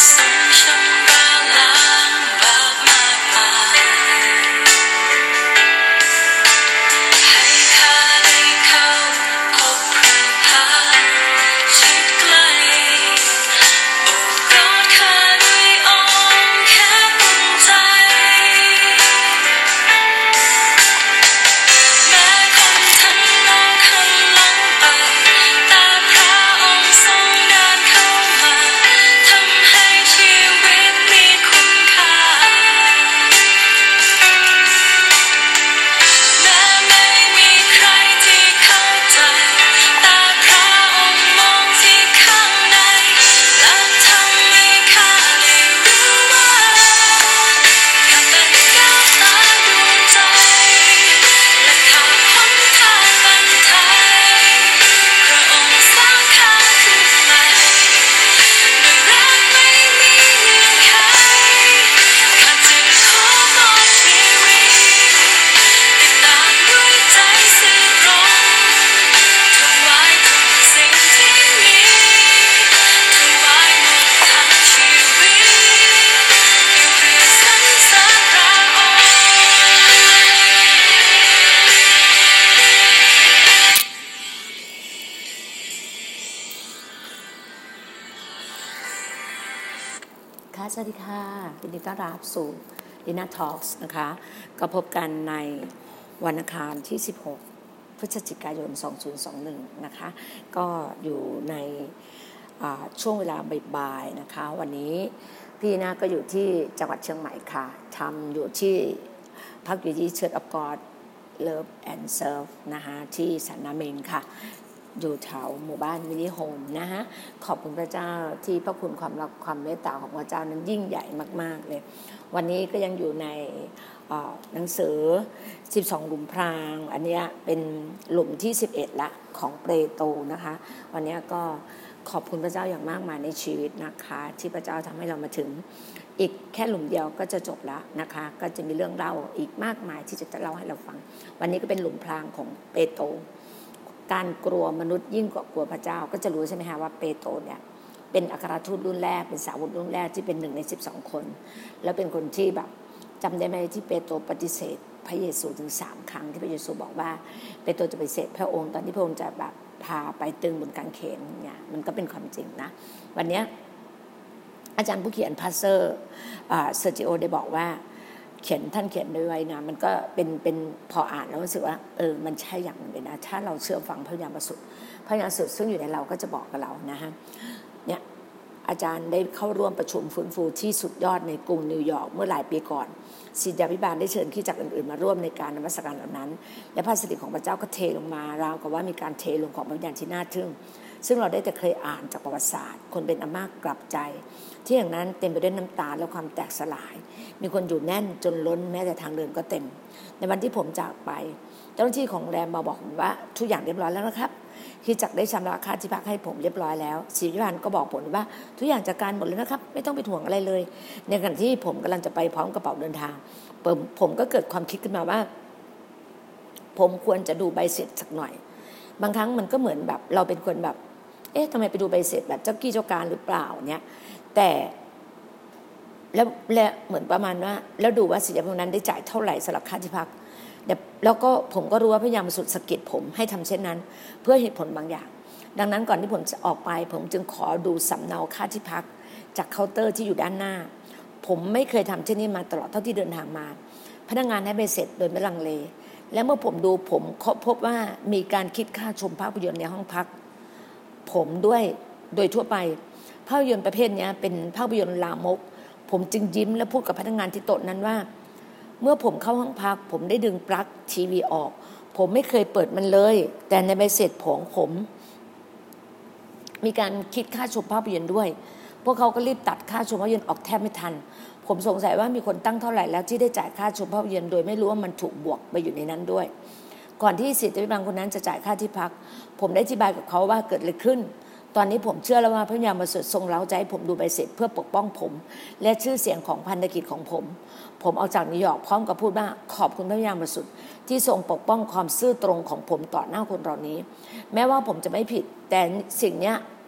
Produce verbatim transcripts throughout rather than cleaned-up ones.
ค่ะสวัสดีค่ะยินดีต้อนรับสู่ Lina Talks นะคะก็พบกันในวันอังคารที่สิบหกพฤศจิกายนสองพันยี่สิบเอ็ดนะคะก็อยู่ในช่วงเวลาบ่ายๆนะคะวันนี้พี่นาก็อยู่ที่จังหวัดเชียงใหม่ค่ะทำอยู่ที่พักอยู่ที่ Church of God Love and Serve นะคะที่สันนาเมงค่ะอยู่แถวหมู่บ้านมินิโฮมนะฮะขอบคุณพระเจ้าที่พระคุณความรักความเมตตาของพระเจ้านั้นยิ่งใหญ่มากๆเลยวันนี้ก็ยังอยู่ในหนังสือสิบสองหลุมพรางอันนี้เป็นหลุมที่สิบเอ็ดละของเปโตรนะคะวันนี้ก็ขอบคุณพระเจ้าอย่างมากมายในชีวิตนะคะที่พระเจ้าทำให้เรามาถึงอีกแค่หลุมเดียวก็จะจบแล้วนะคะก็จะมีเรื่องเล่าอีกมากมายที่จะเล่าให้เราฟังวันนี้ก็เป็นหลุมพรางของเปโตรการกลัวมนุษย์ยิ่งกว่ากลัวพระเจ้าก็จะรู้ใช่ไหมคะว่าเปโตรเนี่ยเป็นอัครทูตรุ่นแรกเป็นสาวกรุ่นแรกที่เป็นหนึ่งในสิบสองคนแล้วเป็นคนที่แบบจำได้ไหมที่เปโตรปฏิเสธพระเยซูถึงสามครั้งที่พระเยซูบอกว่าเปโตรจะปฏิเสธพระองค์ตอนที่พระองค์จะแบบพาไปตึงบนกางเขนเนี่ยมันก็เป็นความจริงนะวันนี้อาจารย์ผู้เขียนพาสเตอร์เซอร์จิโอได้บอกว่าเขียนท่านเขียนไว้นะมันก็เป็นเป็นพออ่านแล้วรู้สึกว่าเออมันใช่อย่างนึงเลยนะถ้าเราเชื่อฟังพระญาณบริสุทธิ์พระญาณบริสุทธิ์ซึ่งอยู่ในเราก็จะบอกกับเรานะฮะเนี่ยอาจารย์ได้เข้าร่วมประชุมฟื้นฟูที่สุดยอดในกรุงนิวยอร์กเมื่อหลายปีก่อนศิษยาภิบาลได้เชิญคริสตจักรอื่นๆมาร่วมในการนมัสการเหล่านั้นและพระสิริของพระเจ้าก็เทลงมาราวกับว่ามีการเทลงของพระวิญญาณที่น่าทึ่งซึ่งเราได้แต่เคยอ่านจากประวัติศาสตร์คนเป็นอาม่ากลับใจที่อย่างนั้นเต็มไปด้วยน้ำตาและความแตกสลายมีคนอยู่แน่นจนล้นแม้แต่ทางเดินก็เต็มในวันที่ผมจากไปเจ้าหน้าที่ของโรงแรมมาบอกผมว่าทุกอย่างเรียบร้อยแล้วนะครับคริสตจักรได้ชำระค่าที่พักให้ผมเรียบร้อยแล้วศิษยาภิบาลก็บอกผมว่าทุกอย่างจัดการหมดแล้วนะครับไม่ต้องไปห่วงอะไรเลยในขณะที่ผมกำลังจะไปพร้อมกระเป๋าเดินทางผมผมก็เกิดความคิดขึ้นมาว่าผมควรจะดูใบเสร็จสักหน่อยบางครั้งมันก็เหมือนแบบเราเป็นคนแบบเอ๊ะทำไมไปดูใบเสร็จแบบเจ้ากี้เจ้าการหรือเปล่าเนี่ยแต่แล้วและเหมือนประมาณว่าแล้วดูว่าศิษยาภิบาลนั้นได้จ่ายเท่าไหร่สำหรับค่าที่พักแล้วก็ผมก็รู้ว่าพระยามสุดสะกิดผมให้ทำเช่นนั้นเพื่อเหตุผลบางอย่างดังนั้นก่อนที่ผมจะออกไปผมจึงขอดูสำเนาค่าที่พักจากเคาน์เตอร์ที่อยู่ด้านหน้าผมไม่เคยทำเช่นนี้มาตลอดเท่าที่เดินทางมาพนักงานให้ใบเสร็จโดยไม่ลังเลและเมื่อผมดูผมพบว่ามีการคิดค่าชมภาพยนตร์ในห้องพักผมด้วยโดยทั่วไปภาพยนตร์ประเภทนี้เป็นภาพยนตร์ลามกผมจึงยิ้มและพูดกับพนักงานที่โต๊ะนั้นว่าเมื่อผมเข้าห้องพักผมได้ดึงปลั๊กทีวีออกผมไม่เคยเปิดมันเลยแต่ในใบเสร็จของผมมีการคิดค่าชมภาพยนตร์ด้วยพวกเขาก็รีบตัดค่าชมภาพยนตร์ออกแทบไม่ทันผมสงสัยว่ามีคนตั้งเท่าไหร่แล้วที่ได้จ่ายค่าชมภาพยนตร์โดยไม่รู้ว่ามันถูกบวกไปอยู่ในนั้นด้วยก่อนที่ศิษยาภิบาลคนนั้นจะจ่ายค่าที่พักผมได้อธิบายกับเขาว่าเกิดอะไรขึ้นตอนนี้ผมเชื่อแล้วว่าพระยามบริสุทธิ์ทรงเร้าใจให้ผมดูใบเสร็จเพื่อปกป้องผมและชื่อเสียงของพันธกิจของผมผมออกจากนิวยอร์กพร้อมกับพูดว่าขอบคุณพระยามบริสุทธิ์ที่ทรงปกป้องความซื่อตรงของผมต่อหน้าคนเหล่านี้แม้ว่าผมจะไม่ผิดแต่สิ่งนี้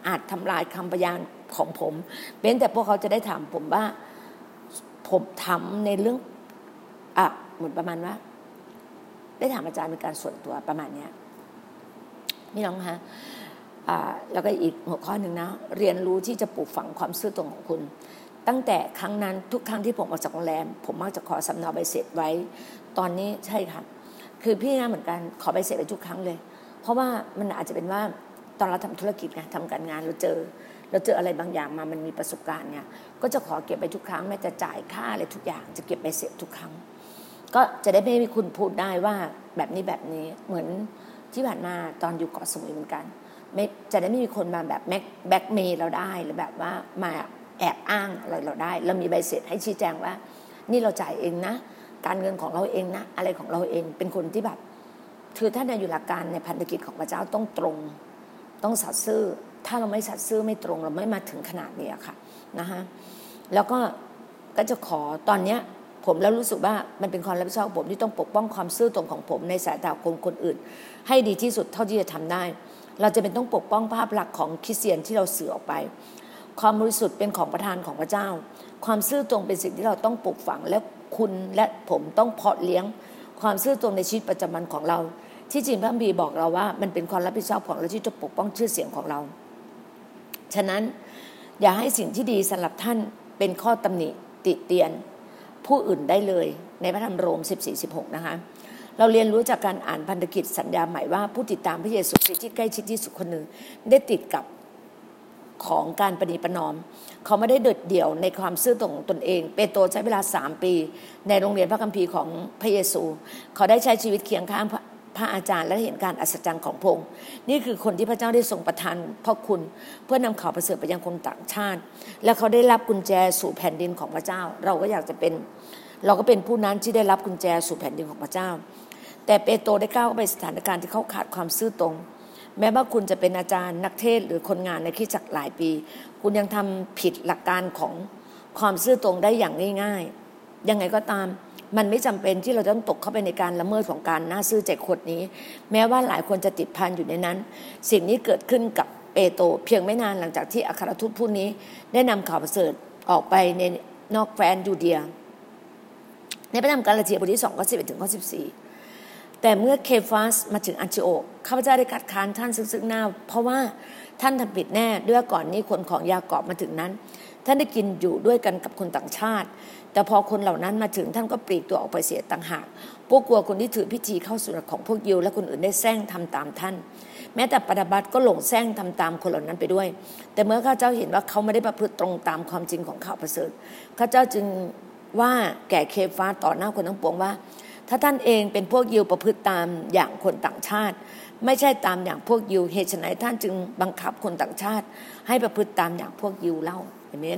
อาจทำลายคำพยานของผมเว้นแต่พวกเขาจะได้ถามผมว่าผมทำในเรื่องอ่ะเหมือนประมาณว่าได้ถามอาจารย์เป็นการส่วนตัวประมาณเนี้ยพี่น้องคะอ่าแล้วก็อีกหัวข้อหนึ่งนะเรียนรู้ที่จะปลูกฝังความซื่อตรงของคุณตั้งแต่ครั้งนั้นทุกครั้งที่ผมออกจากโรงแรมผมมักจะขอสำเนาใบเสร็จไว้ตอนนี้ใช่ค่ะคือพี่นะเหมือนกันขอใบเสร็จไว้ทุกครั้งเลยเพราะว่ามันอาจจะเป็นว่าตอนเราทำธุรกิจไงทำการงานเราเจอเราเจออะไรบางอย่างมามันมีประสบการณ์เนี่ยก็จะขอเก็บไปทุกครั้งแม้จะจ่ายค่าอะไรทุกอย่างจะเก็บใบเสร็จทุกครั้งก็จะได้ไม่มีคุณพูดได้ว่าแบบนี้แบบนี้เหมือนที่ผ่านมาตอนอยู่เกาะสมุยเหมือนกันไม่จะได้ไม่มีคนมาแบบแบ็คแบ็คเมย์เราได้หรือแบบว่ามาแอบอ้างอะไรเราได้เรามีใบเสร็จให้ชี้แจงว่านี่เราจ่ายเองนะการเงินของเราเองนะอะไรของเราเองเป็นคนที่แบบคือถ้าในอยู่หลักการในพันธกิจของพระเจ้าต้องตรงต้องสัตย์ซื่อถ้าเราไม่สัตย์ซื่อไม่ตรงเราไม่มาถึงขนาดนี้ค่ะนะฮะแล้วก็ก็จะขอตอนเนี้ยผมแล้วรู้สึกว่ามันเป็นความรับผิดชอบผมที่ต้องปกป้องความซื่อตรงของผมในสายตาคนคนอื่นให้ดีที่สุดเท่าที่จะทำได้เราจะเป็นต้องปกป้องภาพลักษณ์ของคริสเตียนที่เราสื่อออกไปความบริสุทธิ์เป็นของประทานของพระเจ้าความซื่อตรงเป็นสิ่งที่เราต้องปลูกฝังและคุณและผมต้องเพาะเลี้ยงความซื่อตรงในชีวิตประจำวันของเราที่จริงพระคัมภีร์บอกเราว่ามันเป็นความรับผิดชอบของเราที่จะปกป้องชื่อเสียงของเราฉะนั้นอย่าให้สิ่งที่ดีสำหรับท่านเป็นข้อตำหนิติเตียนผู้อื่นได้เลยในพระธรรมโรม สิบสี่ สิบหก นะคะเราเรียนรู้จากการอ่านพันธกิจสัญญาใหม่ว่าผู้ติดตามพระเยซูคริสต์ที่ใกล้ชิดที่สุดคนหนึ่งได้ติดกับของการประนีประนอมเขาไม่ได้เด็ดเดี่ยวในความซื่อตรงของตนเองเปโตรใช้เวลาสามปีในโรงเรียนพระคัมภีร์ของพระเยซูเขาได้ใช้ชีวิตเคียงข้างพระอาจารย์และเห็นการอัศจรรย์ของพระองค์นี่คือคนที่พระเจ้าได้ทรงประทานพระคุณเพื่อนำข่าวประเสริฐไปยังคนต่างชาติและเขาได้รับกุญแจสู่แผ่นดินของพระเจ้าเราก็อยากจะเป็นเราก็เป็นผู้นั้นที่ได้รับกุญแจสู่แผ่นดินของพระเจ้าแต่เปโตรได้ก้าวเข้าไปสถานการณ์ที่เขาขาดความซื่อตรงแม้ว่าคุณจะเป็นอาจารย์นักเทศหรือคนงานในคริสตจักรหลายปีคุณยังทำผิดหลักการของความซื่อตรงได้อย่างง่ายๆยังไงก็ตามมันไม่จำเป็นที่เราต้องตกเข้าไปในการละเมิดของการน่าซื่อใจคดนี้แม้ว่าหลายคนจะติดพันอยู่ในนั้นสิ่งนี้เกิดขึ้นกับเปโตรเพียงไม่นานหลังจากที่อัครทูตผู้นี้ได้นำข่าวประเสริฐออกไปในนอกแคว้นยูเดียในพระธรรมกาลาเทียบทที่สองข้อสิบเอ็ดถึงข้อสิบสี่แต่เมื่อเคฟาสมาถึงอันติโอคข้าพเจ้าได้คัดค้านท่านซึ่งหน้าเพราะว่าท่านทำผิดแน่ด้วยก่อนนี้คนของยากอบมาถึงนั้นท่านได้กินอยู่ด้วยกันกับคนต่างชาติแต่พอคนเหล่านั้นมาถึงท่านก็ปลีกตัวออกไปเสียต่างหากพวกกลัวคนที่ถือพิธีเข้าสุนัตของพวกยิวและคนอื่นได้แซงทำตามท่านแม้แต่ปานาบัสก็หลงแซงทำตามคนเหล่านั้นไปด้วยแต่เมื่อข้าเจ้าเห็นว่าเขาไม่ได้ประพฤติตรงตามความจริงของข่าวประเสริฐข้าเจ้าจึงว่าแก่เคฟาสต่อหน้าคนทั้งปวงว่าถ้าท่านเองเป็นพวกยิวประพฤติตามอย่างคนต่างชาติไม่ใช่ตามอย่างพวกยิวเหตุไฉนท่านจึงบังคับคนต่างชาติให้ประพฤติตามอย่างพวกยิวเล่าเห็นไหม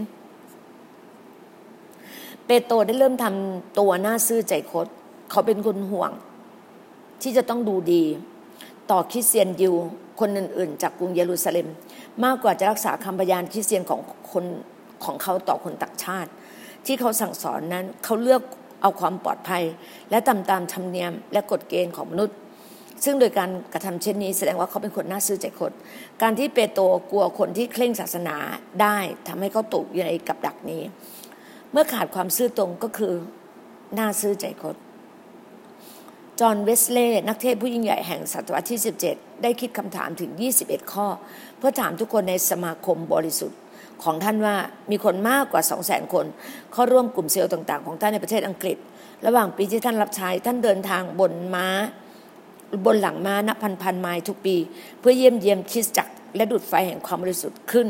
เปโตรได้เริ่มทำตัวหน้าซื่อใจคดเขาเป็นคนห่วงที่จะต้องดูดีต่อคริสเตียนยิวคนอื่นๆจากกรุงเยรูซาเล็มมากกว่าจะรักษาคำพยานคริสเตียนของคนของเขาต่อคนต่างชาติที่เขาสั่งสอนนั้นเขาเลือกเอาความปลอดภัยและตามตามธรรมเนียมและกฎเกณฑ์ของมนุษย์ซึ่งโดยการกระทำเช่นนี้แสดงว่าเขาเป็นคนน่าซื่อใจคดการที่เปโตรกลัวคนที่เคร่งศาสนาได้ทำให้เขาตกอยู่ในกับดักนี้เมื่อขาดความซื่อตรงก็คือน่าซื่อใจคดจอห์นเวสเลย์นักเทศผู้ยิ่งใหญ่แห่งศตวรรษที่สิบเจ็ดได้คิดคำถามถึงยี่สิบเอ็ดข้อเพื่อถามทุกคนในสมาคมบริสุทธิ์ของท่านว่ามีคนมากกว่า สองแสน คนเข้าร่วมกลุ่มเซลล์ต่างๆของท่านในประเทศอังกฤษระหว่างปีที่ท่านรับใช้ท่านเดินทางบนม้าบนหลังม้านับพันๆไมล์ทุกปีเพื่อเยี่ยมเยียนคริสตจักรและดูดไฟแห่งความบริสุทธิ์ขึ้น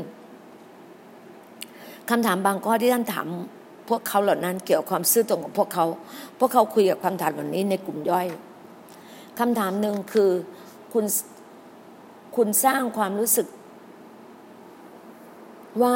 คำถามบางข้อที่ท่านถามพวกเขาเหล่านั้นเกี่ยวกับความซื่อตรงของพวกเขาพวกเขาคุยกับคำถามเหล่านี้ในกลุ่มย่อยคำถามหนึ่งคือคุณคุณสร้างความรู้สึกว่า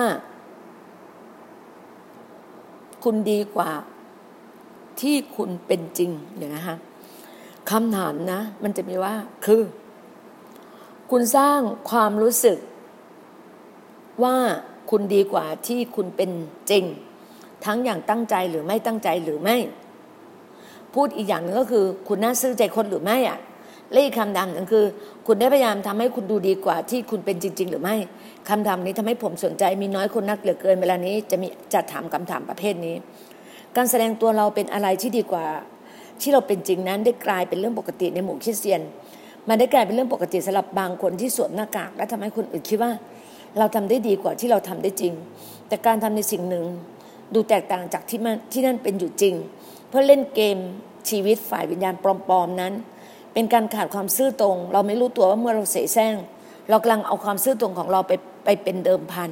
คุณดีกว่าที่คุณเป็นจริงอย่างนะคะคำถามนะมันจะมีว่าคือคุณสร้างความรู้สึกว่าคุณดีกว่าที่คุณเป็นจริงทั้งอย่างตั้งใจหรือไม่ตั้งใจหรือไม่พูดอีกอย่างนึงก็คือคุณน่าซื่อใจคนหรือไม่อ่ะและอีกคำถามหนึ่งคือคุณได้พยายามทำให้คุณดูดีกว่าที่คุณเป็นจริงๆหรือไม่คำถามนี้ทำให้ผมสนใจมีน้อยคนนักเหลือเกินเวลานี้จะมีจะถามคำถามประเภทนี้การแสดงตัวเราเป็นอะไรที่ดีกว่าที่เราเป็นจริงนั้นได้กลายเป็นเรื่องปกติในหมู่คริสเตียนมันได้กลายเป็นเรื่องปกติสำหรับบางคนที่สวมหน้ากากและทำให้คนอื่นคิดว่าเราทำได้ดีกว่าที่เราทำได้จริงแต่การทำในสิ่งหนึ่งดูแตกต่างจากที่มันที่นั่นเป็นอยู่จริงเพื่อเล่นเกมชีวิตฝ่ายวิญญาณปลอมๆนั้นเป็นการขาดความซื่อตรงเราไม่รู้ตัวว่าเมื่อเราเสแสร้งเรากำลังเอาความซื่อตรงของเราไปไปเป็นเดิมพัน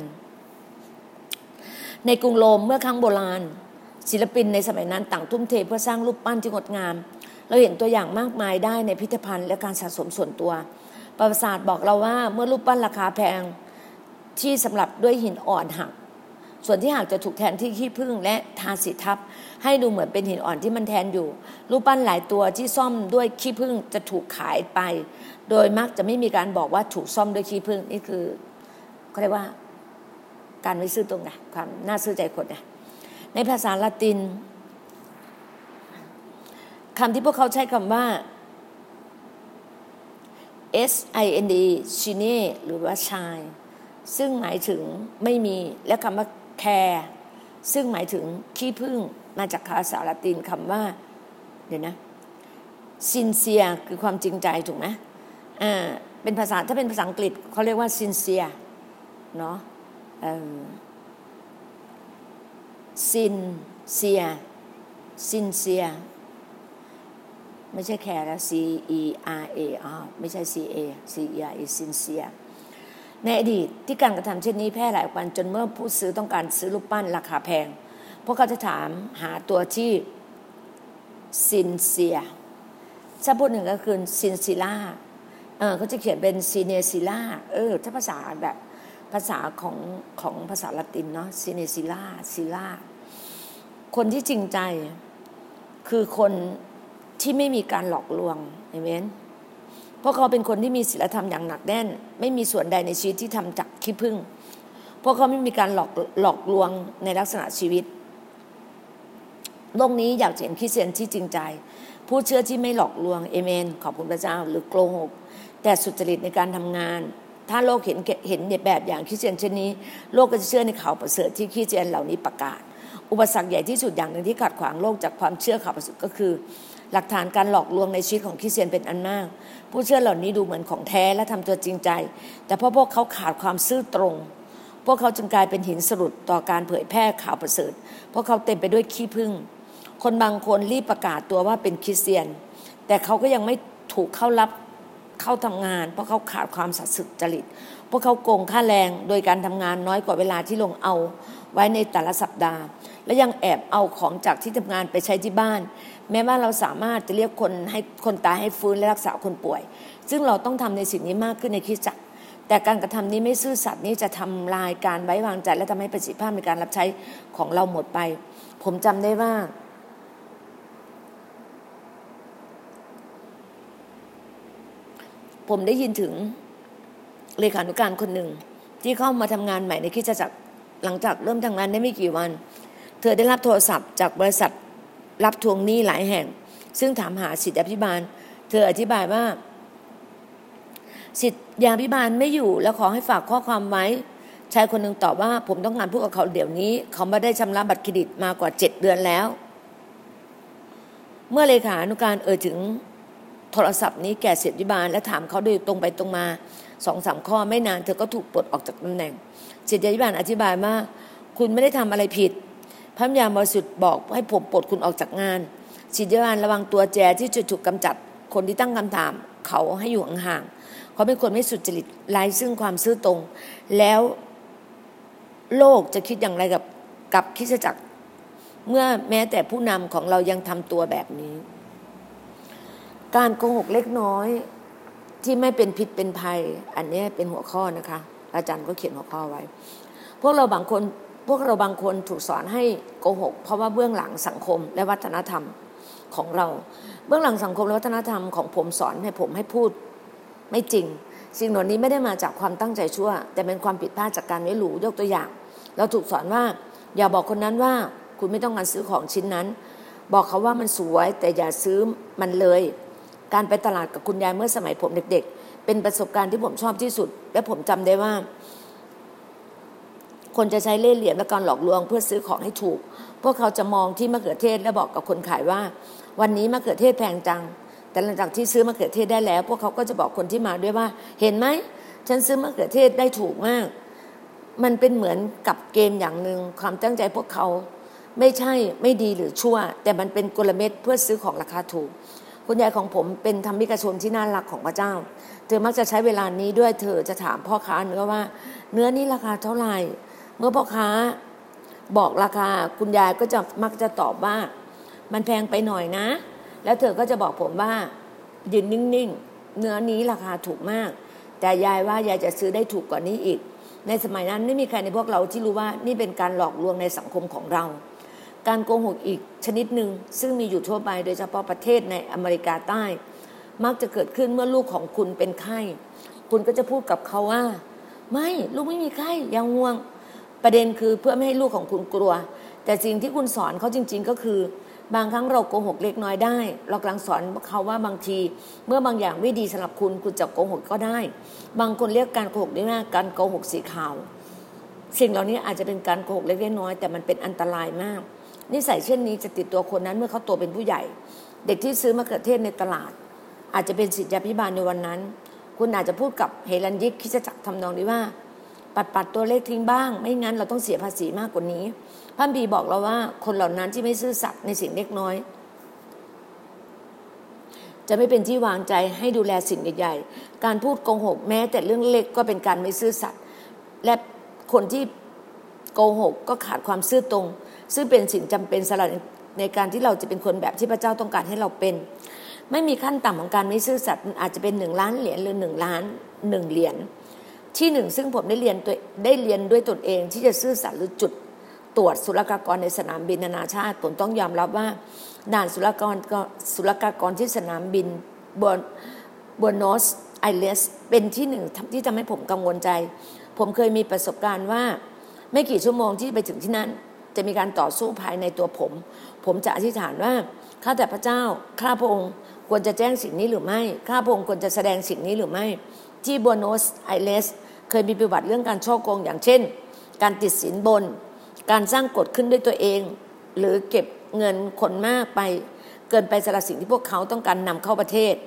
ในกรุงโรมเมื่อครั้งโบราณศิลปินในสมัยนั้นต่างทุ่มเทเพื่อสร้างรูปปั้นที่งดงามเราเห็นตัวอย่างมากมายได้ในพิพิธภัณฑ์และการสะสมส่วนตัวประวัติศาสตร์บอกเราว่าเมื่อรูปปั้นราคาแพงที่สำหรับด้วยหินอ่อนหักส่วนที่หักจะถูกแทนที่ขี้ผึ้งและทาสีทับให้ดูเหมือนเป็นหินอ่อนที่มันแทนอยู่รูปปั้นหลายตัวที่ซ่อมด้วยขี้ผึ้งจะถูกขายไปโดยมักจะไม่มีการบอกว่าถูกซ่อมด้วยขี้ผึ้งนี่คือเขาเรียกว่าการไม่ซื่อตรงไงความน่าซื่อใจคนไงในภาษาละตินคำที่พวกเขาใช้คำว่า s i n d shine หรือว่า shine ซึ่งหมายถึงไม่มีและคำว่า care ซึ่งหมายถึงขี้ผึ้งมาจากภาษาละตินคำว่าเดี๋ยวนะ sincere คือความจริงใจถูกไหมอ่าเป็นภาษาถ้าเป็นภาษาอังกฤษเขาเรียกว่า sincere เนาะเอ่อ sincere sincere ไม่ใช่แคร์แล้ว C E R A R ไม่ใช่ C A C E R A sincere ในอดีตที่การกระทำเช่นนี้แพร่หลายวันจนเมื่อผู้ซื้อต้องการซื้อรูปปั้นราคาแพงพวกเขาจะถามหาตัวที่ sincere ถ้าพูดหนึ่งก็คือ sincera เออเขาจะเขียนเป็น sincera เออถ้าภาษาแบบภาษาของของภาษาละตินเนาะ sincera sila คนที่จริงใจคือคนที่ไม่มีการหลอกลวงเอเมนเพราะเขาเป็นคนที่มีศีลธรรมอย่างหนักแน่นไม่มีส่วนใดในชีวิตที่ทำจากขี้ผึ้งเพราะเขาไม่มีการหลอกหลอกลวงในลักษณะชีวิตโลกนี้อยากเห็นคริสเตียนที่จริงใจผู้เชื่อที่ไม่หลอกลวงเอเมนขอบคุณพระเจ้าหรือโกหกแต่สุจริตในการทำงานถ้าโลกเห็นเห็นแบบอย่างคริสเตียนเช่นนี้โลกก็จะเชื่อในข่าวประเสริฐที่คริสเตียนเหล่านี้ประกาศอุปสรรคใหญ่ที่สุดอย่างหนึ่งที่ขัดขวางโลกจากความเชื่อข่าวประเสริฐก็คือหลักฐานการหลอกลวงในชีวิตของคริสเตียนเป็นอันมากผู้เชื่อเหล่านี้ดูเหมือนของแท้และทำตัวจริงใจแต่เพราะพวกเขาขาดความซื่อตรงพวกเขาจึงกลายเป็นหินสลุดต่อการเผยแพร่ข่าวประเสริฐเพราะเขาเต็มไปด้วยขี้ผึ้งคนบางคนรีบประกาศตัวว่าเป็นคริสเตียนแต่เขาก็ยังไม่ถูกเข้ารับเข้าทำงานเพราะเขาขาดความสัตย์สุจริตพวกเขาโกงค่าแรงโดยการทำงานน้อยกว่าเวลาที่ลงเอาไว้ในแต่ละสัปดาห์และยังแอบเอาของจากที่ทำงานไปใช้ที่บ้านแม้ว่าเราสามารถจะเรียกคนให้คนตายให้ฟื้นและรักษาคนป่วยซึ่งเราต้องทำในสิ่งนี้มากขึ้นในคริสตจักรแต่การกระทำนี้ไม่ซื่อสัตย์นี้จะทำลายการไว้วางใจและทำให้ประสิทธิภาพในการรับใช้ของเราหมดไปผมจำได้ว่าผมได้ยินถึงเลขานุการคนหนึ่งที่เข้ามาทำงานใหม่ในคริสตจักรหลังจากเริ่มทำงานได้ไม่กี่วันเธอได้รับโทรศัพท์จากบริษัทรับทวงหนี้หลายแห่งซึ่งถามหาสิทธิอภิบาลเธออธิบายว่าสิทธิอภิบาลไม่อยู่แล้วขอให้ฝากข้อความไว้ชายคนหนึ่งตอบว่าผมต้องการพูดกับเขาเดี๋ยวนี้เขาไม่ได้ชำระบัตรเครดิตมากว่าเจ็ดเดือนแล้วเมื่อเลขานุการเอ่ยถึงโทรศัพท์นี้แก่สิทธิอภิบาลและถามเขาโดยตรงไปตรงมา สองสาม ข้อไม่นานเธอก็ถูกปลดออกจากตำแหน่งสิทธิอภิบาลอธิบายว่าคุณไม่ได้ทำอะไรผิดพระวิญญาณบริสุทธิ์บอกให้ผมปลดคุณออกจากงานสิทธิอภิบาลระวังตัวแจที่จะถูกกำจัดคนที่ตั้งคำถามเขาให้อยู่ห่างๆเขาเป็นคนไม่สุจริตไร้ซึ่งความซื่อตรงแล้วโลกจะคิดอย่างไรกับกับคริสตจักรเมื่อแม้แต่ผู้นำของเรายังทำตัวแบบนี้การโกหกเล็กน้อยที่ไม่เป็นพิษเป็นภัยอันนี้เป็นหัวข้อนะคะอาจารย์ก็เขียนหัวข้อไว้พวกเราบางคนพวกเราบางคนถูกสอนให้โกหกเพราะว่าเบื้องหลังสังคมและวัฒนธรรมของเราเบื้องหลังสังคมและวัฒนธรรมของผมสอนให้ผมให้พูดไม่จริงสิ่งเหล่านี้ไม่ได้มาจากความตั้งใจชั่วแต่เป็นความผิดพลาดจากการไม่รู้ยกตัวอย่างเราถูกสอนว่าอย่าบอกคนนั้นว่าคุณไม่ต้องการซื้อของชิ้นนั้นบอกเขาว่ามันสวยแต่อย่าซื้อมันเลยการไปตลาดกับคุณยายเมื่อสมัยผมเด็กๆเป็นประสบการณ์ที่ผมชอบที่สุดและผมจำได้ว่าคนจะใช้เล่ห์เหลี่ยมและการหลอกลวงเพื่อซื้อของให้ถูกพวกเขาจะมองที่มะเขือเทศและบอกกับคนขายว่าวันนี้มะเขือเทศแพงจังแต่หลังจากที่ซื้อมะเขือเทศได้แล้วพวกเขาก็จะบอกคนที่มาด้วยว่าเห็นไหมฉันซื้อมะเขือเทศได้ถูกมากมันเป็นเหมือนกับเกมอย่างนึงความตั้งใจพวกเขาไม่ใช่ไม่ดีหรือชั่วแต่มันเป็นกลเม็ดเพื่อซื้อของราคาถูกคุณยายของผมเป็นธรรมิกชนที่น่ารักของพระเจ้าเธอมักจะใช้เวลานี้ด้วยเธอจะถามพ่อค้าเนื้อว่าเนื้อนี้ราคาเท่าไหร่เมื่อพ่อค้าบอกราคาคุณยายก็จะมักจะตอบว่ามันแพงไปหน่อยนะแล้วเธอก็จะบอกผมว่ายืนนิ่งๆเนื้อนี้ราคาถูกมากแต่ยายว่ายายจะซื้อได้ถูกกว่านี้อีกในสมัยนั้นไม่มีใครในพวกเราที่รู้ว่านี่เป็นการหลอกลวงในสังคมของเราการโกหกอีกชนิดหนึ่งซึ่งมีอยู่ทั่วไปโดยเฉพาะประเทศในอเมริกาใต้มักจะเกิดขึ้นเมื่อลูกของคุณเป็นไข้คุณก็จะพูดกับเขาว่าไม่ลูกไม่มีไข้อย่าห่วงประเด็นคือเพื่อไม่ให้ลูกของคุณกลัวแต่สิ่งที่คุณสอนเขาจริงๆก็คือบางครั้งเราโกหกเล็กน้อยได้เรากำลังสอนเขาว่าบางทีเมื่อบางอย่างไม่ดีสำหรับคุณคุณจะโกหกก็ได้บางคนเรียกการโกหกนี้ว่าการโกหกสีขาวสิ่งเหล่านี้อาจจะเป็นการโกหกเล็กน้อยแต่มันเป็นอันตรายมากนิสัยเช่นนี้จะติดตัวคนนั้นเมื่อเขาโตเป็นผู้ใหญ่เด็กที่ซื้อมะเขือเทศในตลาดอาจจะเป็นศิษยาภิบาลในวันนั้นคุณอาจจะพูดกับเฮลันยิกคริสตจักรทำนองนี้ว่าปัดปัดตัวเลขทิ้งบ้างไม่งั้นเราต้องเสียภาษีมากกว่านี้พระคัมภีร์บอกเราว่าคนเหล่านั้นที่ไม่ซื่อสัตย์ในสิ่งเล็กน้อยจะไม่เป็นที่วางใจให้ดูแลสิ่งใหญ่ๆการพูดโกหกแม้แต่เรื่องเล็กก็เป็นการไม่ซื่อสัตย์และคนที่โกหกก็ขาดความซื่อตรงซึ่งเป็นสิ่งจำเป็นสำหรับในการที่เราจะเป็นคนแบบที่พระเจ้าต้องการให้เราเป็นไม่มีขั้นต่ำของการไม่ซื่อสัตย์อาจจะเป็นหนึ่งล้านเหรียญหรือหนึ่งล้านหนึ่งเหรียญที่หนึ่งซึ่งผมได้เรียนตัวได้เรียนด้วยตนเองที่จะซื่อสัตย์หรือจุดตรวจศุลกากรในสนามบินนานาชาติผมต้องยอมรับว่าด่านศุลกากรศุลกากรที่สนามบินบัวโนสไอเรสเป็นที่หนึ่งที่ทำให้ผมกังวลใจผมเคยมีประสบการณ์ว่าไม่กี่ชั่วโมงที่ไปถึงที่นั่นจะมีการต่อสู้ภายในตัวผมผมจะอธิษฐานว่าข้าแต่พระเจ้าข้าพระองค์ควรจะแจ้งสิ่งนี้หรือไม่ข้าพระองค์ควรจะแสดงสิ่งนี้หรือไม่ที่บัวโนสไอเรสเคยมีประวัติเรื่องการฉ้อโกงอย่างเช่นการติดสินบนการสร้างกฎขึ้นด้วยตัวเองหรือเก็บเงินคนมากไปเกินไปสำหรับสิ่งที่พวกเขาต้องการนำเข้าประเทศ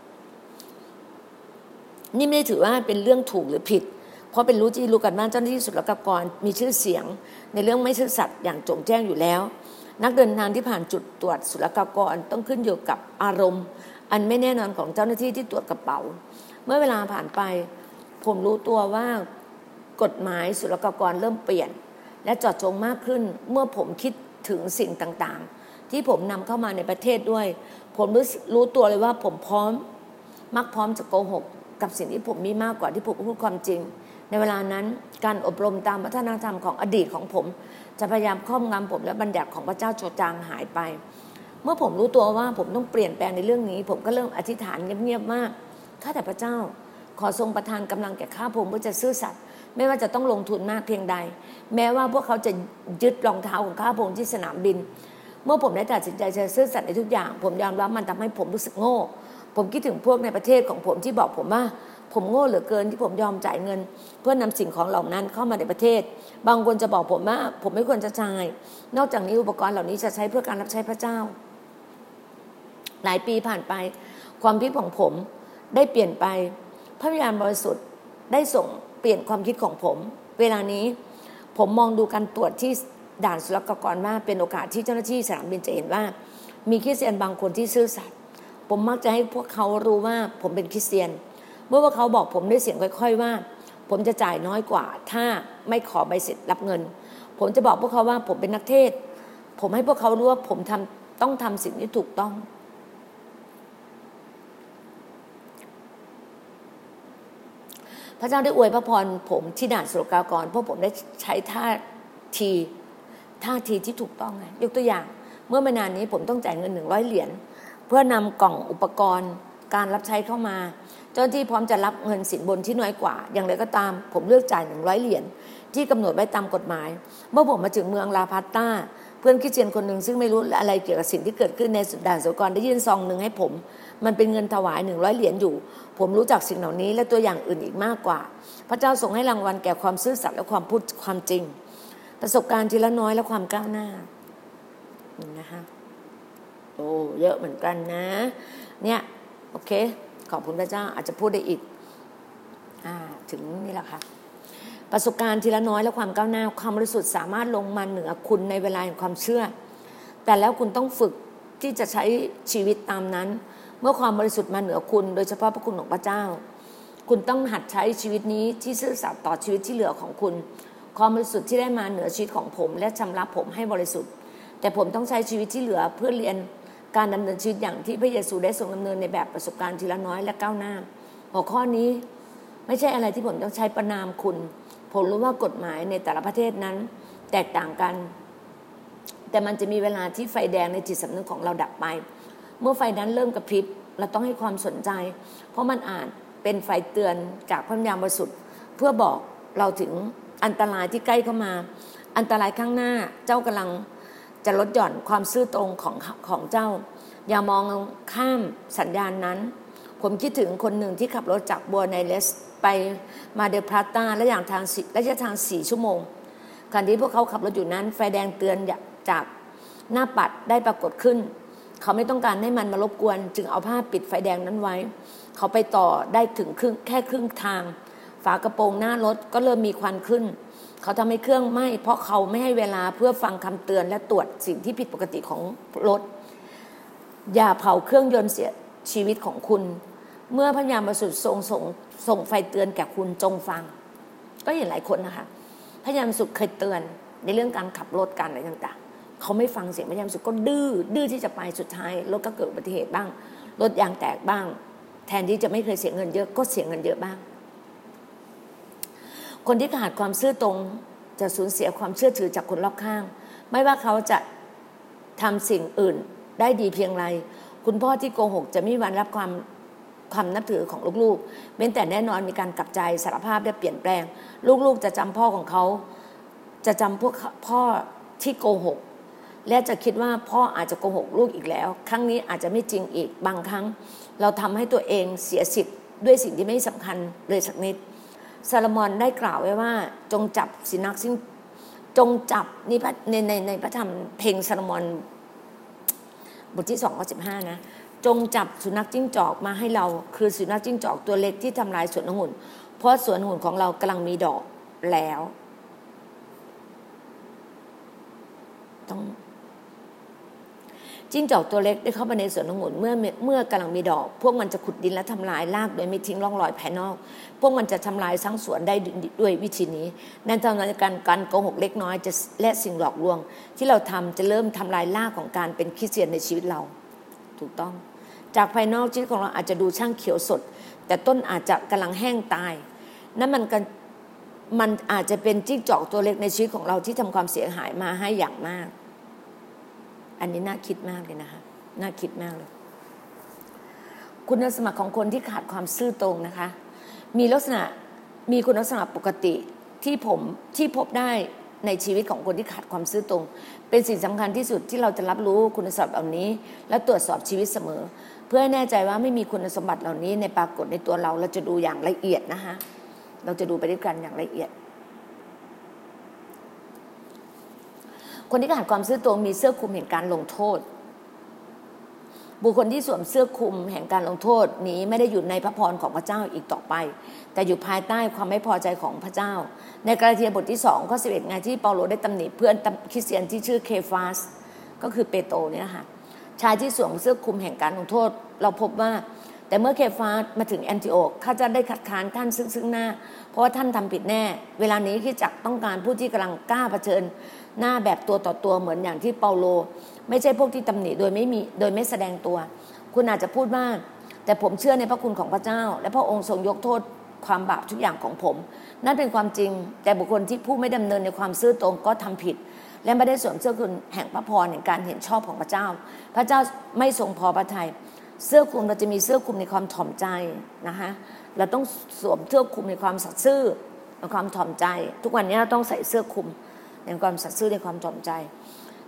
นี่ไม่ได้ถือว่าเป็นเรื่องถูกหรือผิดเพราะเป็นรู้ที่รู้กันว่าเจ้าหน้าที่ศุลกากรมีชื่อเสียงในเรื่องไม่ซื่อสัตย์อย่างโจ่งแจ้งอยู่แล้วนักเดินทางที่ผ่านจุดตรวจศุลกากรต้องขึ้นอยู่กับอารมณ์อันไม่แน่นอนของเจ้าหน้าที่ที่ตรวจกระเป๋าเมื่อเวลาผ่านไปผมรู้ตัวว่ากฎหมายศุลกากรเริ่มเปลี่ยนและเจาะจงมากขึ้นเมื่อผมคิดถึงสิ่งต่างๆที่ผมนำเข้ามาในประเทศด้วยผมรู้รู้ตัวเลยว่าผมพร้อมมักพร้อมจะโกหกกับสิ่งที่ผมมีมากกว่าที่ผมพูดความจริงในเวลานั้นการอบรมตามวัฒนธรรมของอดีตของผมจะพยายามครอบงำผมและบัญญัติของพระเจ้าโจจางหายไปเมื่อผมรู้ตัวว่าผมต้องเปลี่ยนแปลงในเรื่องนี้ผมก็เริ่มอธิษฐานเงียบๆว่าข้าแต่พระเจ้าขอทรงประทานกำลังแก่ข้าพงเพื่อจะซื่อสัตย์ไม่ว่าจะต้องลงทุนมากเพียงใดแม้ว่าพวกเขาจะยึดรองเท้าของข้าพงที่สนามบินเมื่อผมได้ตัดสินใจจะซื่อสัตย์ในทุกอย่างผมยอมรับมันทำให้ผมรู้สึกโง่ผมคิดถึงพวกในประเทศของผมที่บอกผมว่าผมโง่เหลือเกินที่ผมยอมจ่ายเงินเพื่อนำสิ่งของเหล่านั้นเข้ามาในประเทศบางคนจะบอกผมว่าผมไม่ควรจะจ่ายนอกจากนี้อุปกรณ์เหล่านี้จะใช้เพื่อการรับใช้พระเจ้าหลายปีผ่านไปความคิดของผมได้เปลี่ยนไปพระวิญญาณบริสุทธิ์ได้ส่งเปลี่ยนความคิดของผมเวลานี้ผมมองดูการตรวจที่ด่านศุลกากรว่าเป็นโอกาสที่เจ้าหน้าที่สนามบินจะเห็นว่ามีคริสเตียนบางคนที่ซื่อสัตย์ผมมักจะให้พวกเขารู้ว่าผมเป็นคริสเตียนเมื่อว่าเขาบอกผมด้วยเสียงค่อยๆว่าผมจะจ่ายน้อยกว่าถ้าไม่ขอใบเสร็จรับเงินผมจะบอกพวกเขาว่าผมเป็นนักเทศน์ผมให้พวกเขารู้ว่าผมทำต้องทำสิ่งที่ถูกต้องพระเจ้าได้อวยพระพรผมที่ด่านศุลกากรเพราะผมได้ใช้ท่าทีท่าทีที่ถูกต้องไงยกตัวอย่างเมื่อไม่นานนี้ผมต้องจ่ายเงินหนึ่งร้อยเหรียญเพื่อนำกล่องอุปกรณ์การรับใช้เข้ามาเจ้าหน้าที่พร้อมจะรับเงินสินบนที่น้อยกว่าอย่างไรก็ตามผมเลือกจ่ายหนึ่งร้อยเหรียญที่กำหนดไว้ตามกฎหมายเมื่อผมมาถึงเมืองลาพาต้าเพื่อนคริสเตียนคนหนึ่งซึ่งไม่รู้อะไรเกี่ยวกับสิ่งที่เกิดขึ้นในด่านศุลกากรได้ยื่นซองหนึ่งให้ผมมันเป็นเงินถวายหนึ่งร้อยเหรียญอยู่ผมรู้จักสิ่งเหล่านี้และตัวอย่างอื่นอีกมากกว่าพระเจ้าทรงให้รางวัลแก่ความซื่อสัตย์และความพูดความจริงประสบการณ์ทีละน้อยและความก้าวหน้านะคะโอ้เยอะเหมือนกันนะเนี่ยโอเคขอบคุณพระเจ้าอาจจะพูดได้อีกอ่าถึงนี่แหละค่ะประสบการณ์ทีละน้อยและความก้าวหน้าความบริสุทธิ์สามารถลงมาเหนือคุณในเวลาแห่งความเชื่อแต่แล้วคุณต้องฝึกที่จะใช้ชีวิตตามนั้นเมื่อความบริสุทธิ์มาเหนือคุณโดยเฉพาะพระคุณของพระเจ้าคุณต้องหัดใช้ชีวิตนี้ที่ซื่อสัตย์ต่อชีวิตที่เหลือของคุณความบริสุทธิ์ที่ได้มาเหนือชีวิตของผมและชำระผมให้บริสุทธิ์แต่ผมต้องใช้ชีวิตที่เหลือเพื่อเรียนการดำเนินชีวิตอย่างที่พระเยซูได้ทรงดำเนินในแบบประสบการณ์ทีละน้อยและก้าวหน้าหัวข้อนี้ไม่ใช่อะไรที่ผมต้องใช้ประนามคุณผมรู้ว่ากฎหมายในแต่ละประเทศนั้นแตกต่างกันแต่มันจะมีเวลาที่ไฟแดงในจิตสำนึกของเราดับไปเมื่อไฟนั้นเริ่มกระพริบเราต้องให้ความสนใจเพราะมันอาจเป็นไฟเตือนจากพระวิญญาณบริสุทธิ์เพื่อบอกเราถึงอันตรายที่ใกล้เข้ามาอันตรายข้างหน้าเจ้ากำลังจะลดหย่อนความซื่อตรงของของเจ้าอย่ามองข้ามสัญญาณนั้นผมคิดถึงคนหนึ่งที่ขับรถจากบัวไนเลสไปมาเดลพลาตาและอย่างทางระยะทางสี่ชั่วโมงขณะที่พวกเขาขับรถอยู่นั้นไฟแดงเตือนจากหน้าปัดได้ปรากฏขึ้นเขาไม่ต้องการให้มันมารบกวนจึงเอาผ้าปิดไฟแดงนั้นไว้เขาไปต่อได้ถึงครึ่งแค่ครึ่งทางฝากระโปรงหน้ารถก็เริ่มมีควันขึ้นเขาทำให้เครื่องไหม้เพราะเขาไม่ให้เวลาเพื่อฟังคำเตือนและตรวจสิ่งที่ผิดปกติของรถอย่าเผาเครื่องยนต์เสียชีวิตของคุณเมื่อพระวิญญาณบริสุทธิ์ทรงส่งส่งไฟเตือนแก่คุณจงฟังก็เห็นหลายคนนะคะพระวิญญาณบริสุทธิ์เคยเตือนในเรื่องการขับรถการอะไรต่างๆเขาไม่ฟังเสียงพระวิญญาณบริสุทธิ์ก็ดื้อดื้อที่จะไปสุดท้ายรถก็เกิดอุบัติเหตุบ้างรถยางแตกบ้างแทนที่จะไม่เคยเสียเงินเยอะก็เสียเงินเยอะบ้างคนที่ขาดความซื่อตรงจะสูญเสียความเชื่อถือจากคนรอบข้างไม่ว่าเขาจะทำสิ่งอื่นได้ดีเพียงไรคุณพ่อที่โกหกจะไม่มีวันรับความความนับถือของลูกๆเว้นแต่แน่นอนมีการกลับใจสารภาพและเปลี่ยนแปลงลูกๆจะจำพ่อของเขาจะจำพวกพ่อที่โกหกและจะคิดว่าพ่ออาจจะโกหกลูกอีกแล้วครั้งนี้อาจจะไม่จริงอีกบางครั้งเราทำให้ตัวเองเสียสิทธิ์ด้วยสิ่งที่ไม่สำคัญเลยสักนิดซาโลมอนได้กล่าวไว้ว่าจงจับสุนัขซึ่งจงจับนี่ในในในพระธรรมเพลงซาโลมอนบทที่สองข้อสิบห้านะจงจับสุนัขจิ้งจอกมาให้เราคือสุนัขจิ้งจอกตัวเล็กที่ทำลายสวนองุ่นเพราะสวนองุ่นของเรากำลังมีดอกแล้วต้องจิ้งจอกตัวเล็กได้เข้าไปในสวนองุ่นเมื่อเมื่อกำลังมีดอกพวกมันจะขุดดินและทำลายรากโดยไม่ทิ้งร่องรอยภายนอกพวกมันจะทำลายทั้งสวนได้ด้วยวิธีนี้นั่นทำให้การการโกหกเล็กน้อยจะและสิ่งหลอกลวงที่เราทำจะเริ่มทำลายรากของการเป็นคริสเตียนในชีวิตเราถูกต้องจากภายนอกชีวิตของเราอาจจะดูช่างเขียวสดแต่ต้นอาจจะกำลังแห้งตายนั่นมันกันมันอาจจะเป็นจิ้งจอกตัวเล็กในชีวิตของเราที่ทำความเสียหายมาให้อย่างมากอันนี้น่าคิดมากเลยนะคะน่าคิดมากเลยคุณสมบัติของคนที่ขาดความซื่อตรงนะคะมีลักษณะมีคุณลักษณะปกติที่ผมที่พบได้ในชีวิตของคนที่ขาดความซื่อตรงเป็นสิ่งสำคัญที่สุดที่เราจะรับรู้คุณสมบัติเหล่านี้และตรวจสอบชีวิตเสมอเพื่อให้แน่ใจว่าไม่มีคุณสมบัติเหล่านี้ในปรากฏในตัวเราเราจะดูอย่างละเอียดนะคะเราจะดูไปด้วยกันอย่างละเอียดคนที่ขาดความซื่อตรงมีเสื้อคลุมแห่งการลงโทษบุคคลที่สวมเสื้อคลุมแห่งการลงโทษนี้ไม่ได้อยู่ในพระพรของพระเจ้าอีกต่อไปแต่อยู่ภายใต้ความไม่พอใจของพระเจ้าในกาลาเทียบทที่สองข้อสิบเอ็ดไงที่เปาโลได้ตำหนิเพื่อนคริสเตียนที่ชื่อเคฟาสก็คือเปโตรเนี่ยค่ะชายที่สวมเสื้อคลุมแห่งการลงโทษเราพบว่าแต่เมื่อเคฟาสมาถึงแอนติโอกข้าจะได้คัดค้านท่านซึ่งซึ่งหน้าเพราะว่าท่านทำผิดแน่เวลานี้คริสตจักรต้องการผู้ที่กำลังกล้าเผชิญหน้าแบบตัวต่อตัวเหมือนอย่างที่เปาโลไม่ใช่พวกที่ตำหนิโดยไม่มีโดยไม่แสดงตัวคุณอาจจะพูดว่าแต่ผมเชื่อในพระคุณของพระเจ้าและพระองค์ทรงยกโทษความบาปทุกอย่างของผมนั่นเป็นความจริงแต่บุคคลที่ผู้ไม่ดำเนินในความซื่อตรงก็ทำผิดและไม่ได้สวมเสื้อคลุมแห่งพระพรแห่งการเห็นชอบของพระเจ้าพระเจ้าไม่ทรงพอพระทัยเสื้อคลุมเราจะมีเสื้อคลุมในความถ่อมใจนะคะเราต้องสวมเสื้อคลุมในความสัตย์ซื่อในความถ่อมใจทุกวันนี้เราต้องใส่เสื้อคลุมในความสัตย์ซื่อในความถ่อมใจ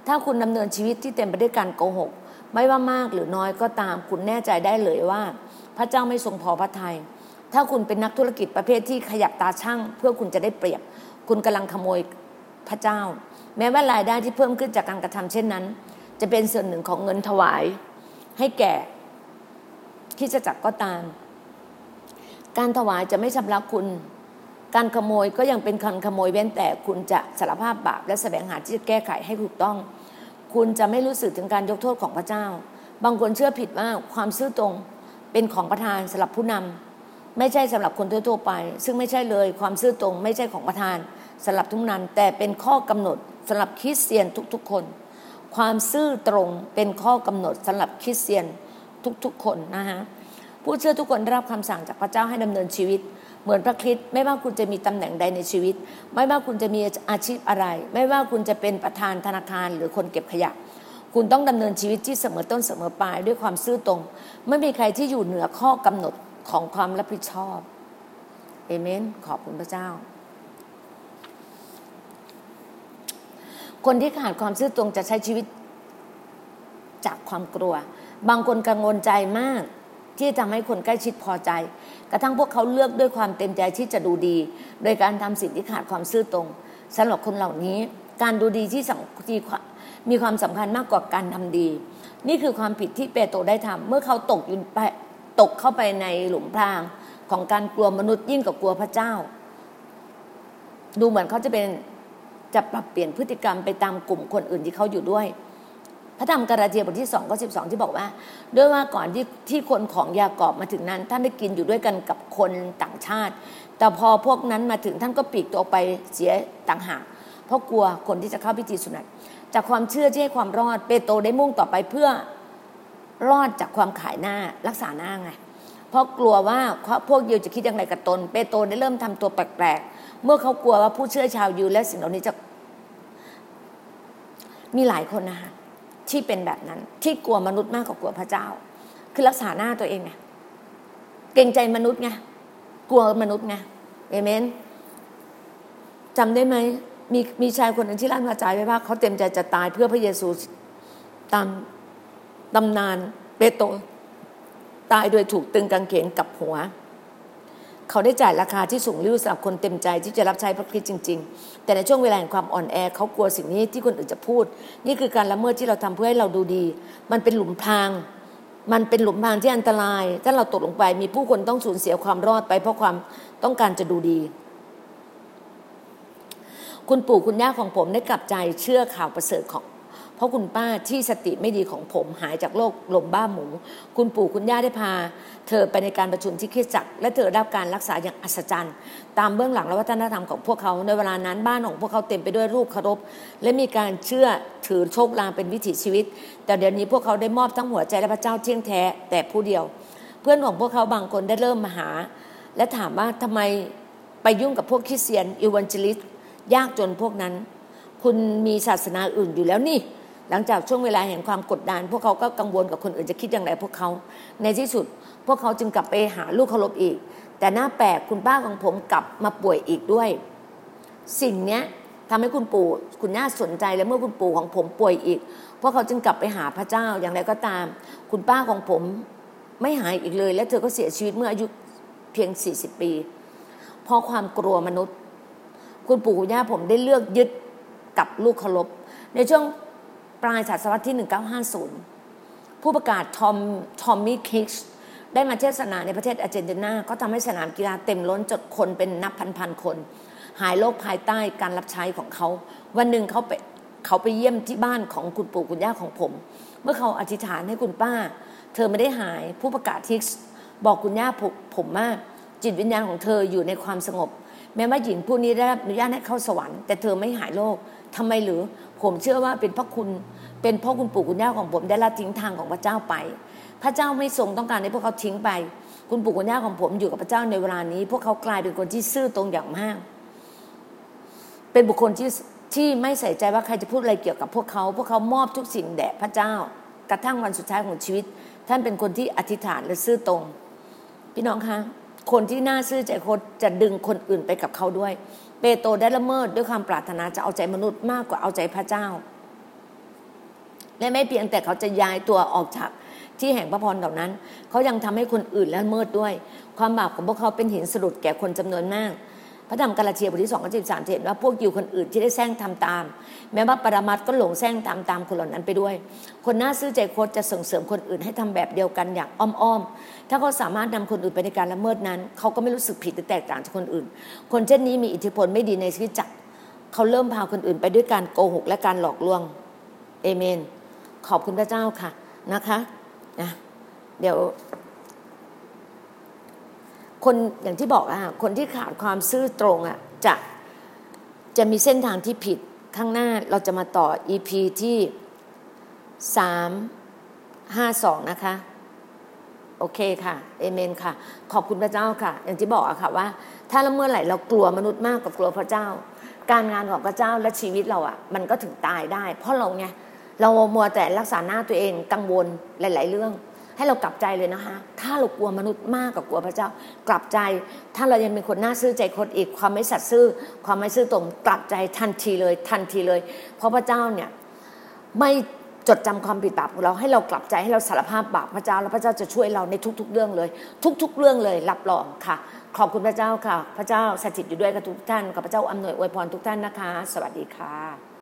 ถ้าคุณดำเนินชีวิตที่เต็มไปด้วยการโกหกไม่ว่ามากหรือน้อยก็ตามคุณแน่ใจได้เลยว่าพระเจ้าไม่ทรงพอพระทัยถ้าคุณเป็นนักธุรกิจประเภทที่ขยับตาชั่งเพื่อคุณจะได้เปรียบคุณกำลังขโมยพระเจ้าแม้ว่ารายได้ที่เพิ่มขึ้นจากการกระทำเช่นนั้นจะเป็นส่วนหนึ่งของเงินถวายให้แก่คริสตจักรก็ตามการถวายจะไม่ชำระคุณการขโมยก็ยังเป็นการขโมยเว้นแต่คุณจะสารภาพบาปและแสวงหาที่จะแก้ไขให้ถูกต้องคุณจะไม่รู้สึกถึงการยกโทษของพระเจ้าบางคนเชื่อผิดว่าความซื่อตรงเป็นของประธานสำหรับผู้นำไม่ใช่สำหรับคนทั่วๆไปซึ่งไม่ใช่เลยความซื่อตรงไม่ใช่ของประธานสำหรับทุกนั้นแต่เป็นข้อกำหนดสำหรับคริสเตียนทุกๆคนความซื่อตรงเป็นข้อกำหนดสำหรับคริสเตียนทุกๆคนนะฮะผู้เชื่อทุกคนได้รับคำสั่งจากพระเจ้าให้ดำเนินชีวิตเหมือนพระคริสต์ไม่ว่าคุณจะมีตำแหน่งใดในชีวิตไม่ว่าคุณจะมีอาชีพอะไรไม่ว่าคุณจะเป็นประธานธนาคารหรือคนเก็บขยะคุณต้องดำเนินชีวิตที่เสมอต้นเสมอปลายด้วยความซื่อตรงไม่มีใครที่อยู่เหนือข้อกำหนดของความรับผิดชอบเอเมนขอบคุณพระเจ้าคนที่ขาดความซื่อตรงจะใช้ชีวิตจากความกลัวบางคนกังวลใจมากที่ทำให้คนใกล้ชิดพอใจกระทั่งพวกเขาเลือกด้วยความเต็มใจที่จะดูดีโดยการทำสิ่งที่ขาดความซื่อตรงสำหรับคนเหล่านี้การดูดีที่มีความสำคัญมากกว่าการทำดีนี่คือความผิดที่เปโตรได้ทำเมื่อเขาตกอยู่ตกเข้าไปในหลุมพรางของการกลัวมนุษย์ยิ่งกว่ากลัวพระเจ้าดูเหมือนเขาจะเป็นจะปรับเปลี่ยนพฤติกรรมไปตามกลุ่มคนอื่นที่เขาอยู่ด้วยพระธรรมกาลาเทียบทที่สองข้อสิบสองที่บอกว่าด้วยว่าก่อนที่ที่คนของยากอบมาถึงนั้นท่านได้กินอยู่ด้วยกันกับคนต่างชาติแต่พอพวกนั้นมาถึงท่านก็ปลีกตัวไปเสียต่างหากเพราะกลัวคนที่จะเข้าพิธีสุนัตจากความเชื่อที่ให้ความรอดเปโตรได้มุ่งต่อไปเพื่อรอดจากความขายหน้ารักษาหน้าไงเพราะกลัวว่าพวกยิวจะคิดอย่างไรกับตนเปโตรได้เริ่มทำตัวแปลกๆเมื่อเขากลัวว่าผู้เชื่อชาวยิวและสิ่งเหล่านี้จะมีหลายคนนะคะที่เป็นแบบนั้นที่กลัวมนุษย์มากกว่ากลัวพระเจ้าคือรักษาหน้าตัวเองไงเกรงใจมนุษย์ไงกลัวมนุษย์ไงเอเมนจำได้ไหมมีมีชายคนหนึ่งที่ลั่นวาจาไว้ว่าเขาเต็มใจจะตายเพื่อพระเยซูตามตำนานเปโตรตายโดยถูกตึงกางเขนกับหัวเขาได้จ่ายราคาที่สูงลิ่วสำหรับคนเต็มใจที่จะรับใช้พระคริสต์จริงๆแต่ในช่วงเวลาแห่งความอ่อนแอเขากลัวสิ่งนี้ที่คนอื่นจะพูดนี่คือการละเมิดที่เราทำเพื่อให้เราดูดีมันเป็นหลุมพรางมันเป็นหลุมพรางที่อันตรายถ้าเราตกลงไปมีผู้คนต้องสูญเสียความรอดไปเพราะความต้องการจะดูดีคุณปู่คุณย่าของผมได้กลับใจเชื่อข่าวประเสริฐของเพราะคุณป้าที่สติไม่ดีของผมหายจากโรคลมบ้าหมูคุณปู่คุณย่าได้พาเธอไปในการประชุมที่คริสตจักรและเธอได้รับการรักษาอย่างอัศจรรย์ตามเบื้องหลังและวัฒนธรรมของพวกเขาในเวลานั้นบ้านของพวกเขาเต็มไปด้วยรูปเคารพและมีการเชื่อถือโชคลางเป็นวิถีชีวิตแต่เดี๋ยวนี้พวกเขาได้มอบทั้งหัวใจและพระเจ้าเที่ยงแท้แต่ผู้เดียวเพื่อนของพวกเขาบางคนได้เริ่มมาหาและถามว่าทำไมไปยุ่งกับพวกคริสเตียนอีวานเจลิสต์ยากจนพวกนั้นคุณมีศาสนาอื่นอยู่แล้วนี่หลังจากช่วงเวลาแห่งความกดดันพวกเขาก็กังวลกับคนอื่นจะคิดอย่างไรพวกเขาในที่สุดพวกเขาจึงกลับไปหาลูกเคารพอีกแต่หน้าแปลกคุณป้าของผมกลับมาป่วยอีกด้วยสิ่งนี้ทำให้คุณปู่คุณย่าสนใจและเมื่อคุณปู่ของผมป่วยอีกพวกเขาจึงกลับไปหาพระเจ้าอย่างไรก็ตามคุณป้าของผมไม่หายอีกเลยและเธอก็เสียชีวิตเมื่ออายุเพียงสี่สิบปีเพราะความกลัวมนุษย์คุณปู่คุณย่าผมได้เลือกยึดกับลูกเคารพในช่วงปลายศตวรรษที่หนึ่งพันเก้าร้อยห้าสิบผู้ประกาศทอมทอมมี่คิกส์ได้มาเทศนาในประเทศอาร์เจนตินาก็ทำให้สนามกีฬาเต็มล้นจนคนเป็นนับพันๆคนหายโรคภายใต้การรับใช้ของเขาวันหนึ่งเขาไปเขาไปเยี่ยมที่บ้านของคุณปู่คุณย่าของผมเมื่อเขาอธิษฐานให้คุณป้าเธอไม่ได้หายผู้ประกาศคิกส์บอกคุณย่าผมผมว่าจิตวิญญาณของเธออยู่ในความสงบแม้ว่าหญิงผู้นี้ได้รับอนุญาตให้เข้าสวรรค์แต่เธอไม่หายโรคทำไมหรือผมเชื่อว่าเป็นเพราะคุณเป็นเพราะคุณปู่คุณย่าของผมได้ละทิ้งทางของพระเจ้าไปพระเจ้าไม่ทรงต้องการให้พวกเขาทิ้งไปคุณปู่คุณย่าของผมอยู่กับพระเจ้าในเวลานี้พวกเขากลายเป็นคนที่ซื่อตรงอย่างมากเป็นบุคคลที่ที่ไม่ใส่ใจว่าใครจะพูดอะไรเกี่ยวกับพวกเขาพวกเขามอบทุกสิ่งแด่พระเจ้ากระทั่งวันสุดท้ายของชีวิตท่านเป็นคนที่อธิษฐานและซื่อตรงพี่น้องคะคนที่น่าซื่อใจคดจะดึงคนอื่นไปกับเขาด้วยเปโตรได้ละเมิดด้วยความปรารถนาจะเอาใจมนุษย์มากกว่าเอาใจพระเจ้าและไม่เพียงแต่เขาจะย้ายตัวออกจากที่แห่งพระพรเหล่านั้นเขายังทำให้คนอื่นละเมิดด้วยความบาปของพวกเขาเป็นหินสะดุดแก่คนจำนวนมากพระธรรมกาลาเทียบทที่สองข้อสิบสามเห็นว่าพวกยิวคนอื่นที่ได้แซงทำตามแม้ว่าปรมัตถ์ก็หลงแซงตามตามคนเหล่านั้นไปด้วยคนน่าซื่อใจคดจะส่งเสริมคนอื่นให้ทำแบบเดียวกันอย่างอ้อมๆถ้าเขาสามารถนำคนอื่นไปในการละเมิดนั้นเขาก็ไม่รู้สึกผิดหรือแตกต่างจากคนอื่นคนเช่นนี้มีอิทธิพลไม่ดีในชีวิตจักรเขาเริ่มพาคนอื่นไปด้วยการโกหกและการหลอกลวงเอเมนขอบคุณพระเจ้าค่ะนะคะนะเดี๋ยวคนอย่างที่บอกอะคนที่ขาดความซื่อตรงอะจะจะมีเส้นทางที่ผิดข้างหน้าเราจะมาต่อ อี พี ที่สามห้าสองนะคะโอเคค่ะเอเมนค่ะขอบคุณพระเจ้าค่ะอย่างที่บอกอะค่ะว่าถ้าละเมื่อไหร่เรากลัวมนุษย์มากกว่ากลัวพระเจ้าการงานของพระเจ้าและชีวิตเราอะมันก็ถึงตายได้เพราะเราไงเรามัวแต่รักษาหน้าตัวเองกังวลหลายๆเรื่องให้เรากลับใจเลยนะคะถ้าเรากลัวมนุษย์มากกว่ากลัวพระเจ้ากลับใจถ้าเรายังเป็นคนน่าซื่อใจคดอีกความไม่สัตย์ซื่อความไม่ซื่อตรงกลับใจทันทีเลยทันทีเลยเพราะพระเจ้าเนี่ยไม่จดจำความผิดบาปของเราให้เรากลับใจให้เราสารภาพบาปพระเจ้าแล้วพระเจ้าจะช่วยเราในทุกๆเรื่องเลยทุกๆเรื่องเลยรับรองค่ะขอบคุณพระเจ้าค่ะพระเจ้าสถิตอยู่ด้วยกับทุกท่านขอพระเจ้าอำนวยอวยพรทุกท่านนะคะสวัสดีค่ะ